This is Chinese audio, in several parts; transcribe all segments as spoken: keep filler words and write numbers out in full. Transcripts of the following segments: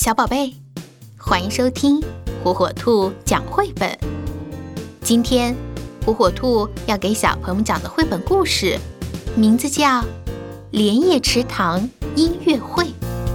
小宝贝，欢迎收听火火兔讲绘本。今天火火兔要给小朋友们讲的绘本故事名字叫《莲叶池塘音乐会》。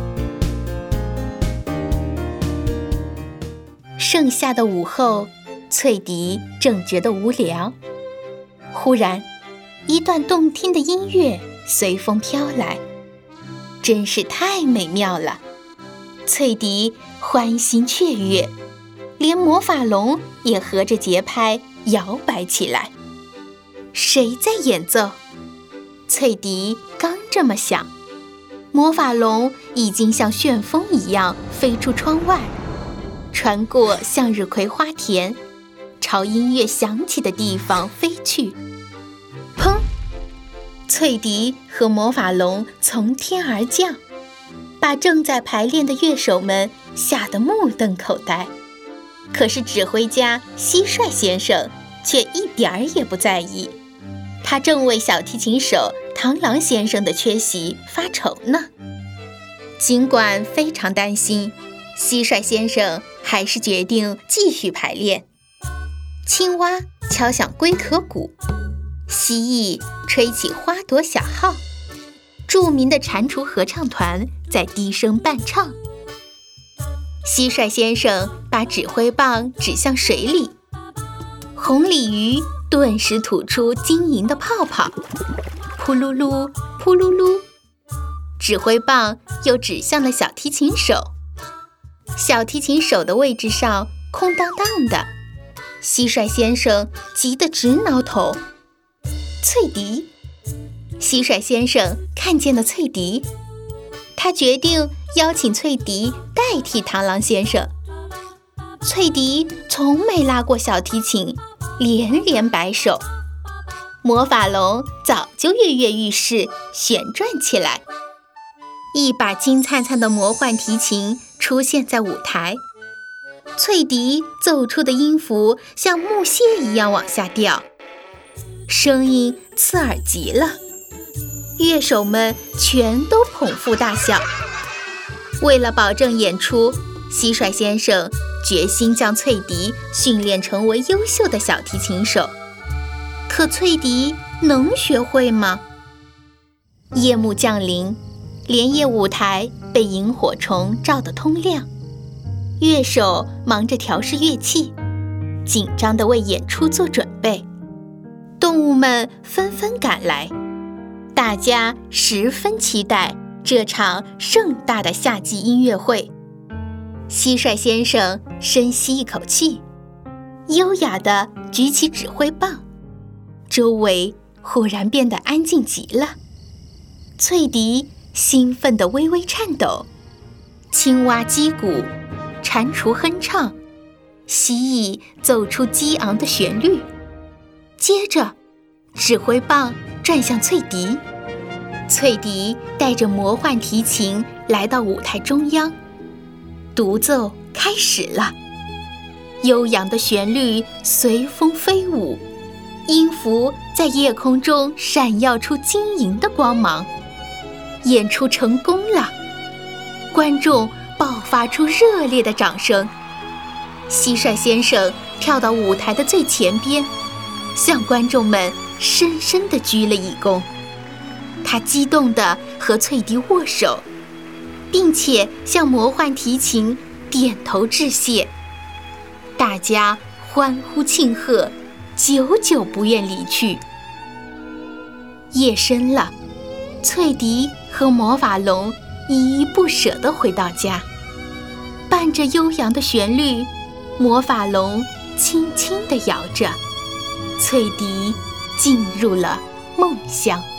盛夏的午后，翠迪正觉得无聊，忽然一段动听的音乐随风飘来，真是太美妙了。翠迪欢欣雀跃，连魔法龙也合着节拍摇摆起来。谁在演奏？翠迪刚这么想，魔法龙已经像旋风一样飞出窗外，穿过向日葵花田，朝音乐响起的地方飞去。砰！翠迪和魔法龙从天而降，把正在排练的乐手们吓得目瞪口呆。可是指挥家蟋蟀先生却一点儿也不在意，他正为小提琴手螳螂先生的缺席发愁呢。尽管非常担心，蟋蟀先生还是决定继续排练。青蛙敲响龟壳鼓，蜥蜴吹起花朵小号，著名的蟾蜍合唱团在低声伴唱。蟋蟀先生把指挥棒指向水里，红鲤鱼顿时吐出晶莹的泡泡，扑噜噜扑噜噜。指挥棒又指向了小提琴手，小提琴手的位置上空荡荡的，蟋蟀先生急得直挠头。翠迪，蟋蟀先生看见了翠迪，他决定邀请翠迪代替螳螂先生。翠迪从没拉过小提琴，连连摆手。魔法龙早就跃跃欲试，旋转起来。一把金灿灿的魔幻提琴出现在舞台，翠迪奏出的音符像木屑一样往下掉，声音刺耳极了。乐手们全都捧腹大笑。为了保证演出，蟋蟀先生决心将翠迪训练成为优秀的小提琴手。可翠迪能学会吗？夜幕降临，莲叶舞台被萤火虫照得通亮，乐手忙着调试乐器，紧张地为演出做准备。动物们纷纷赶来，大家十分期待这场盛大的夏季音乐会。蟋蟀先生深吸一口气，优雅地举起指挥棒，周围忽然变得安静极了。翠迪兴奋地微微颤抖，青蛙击鼓，蟾蜍哼唱，蜥蜴奏出激昂的旋律。接着指挥棒转向翠迪，翠迪带着魔幻提琴来到舞台中央，独奏开始了。悠扬的旋律随风飞舞，音符在夜空中闪耀出晶莹的光芒。演出成功了，观众爆发出热烈的掌声。蟋蟀先生跳到舞台的最前边，向观众们深深地鞠了一躬。他激动地和翠迪握手，并且向魔幻提琴点头致谢。大家欢呼庆贺，久久不愿离去。夜深了，翠迪和魔法龙依依不舍地回到家。伴着悠扬的旋律，魔法龙轻轻地摇着，翠迪进入了梦乡。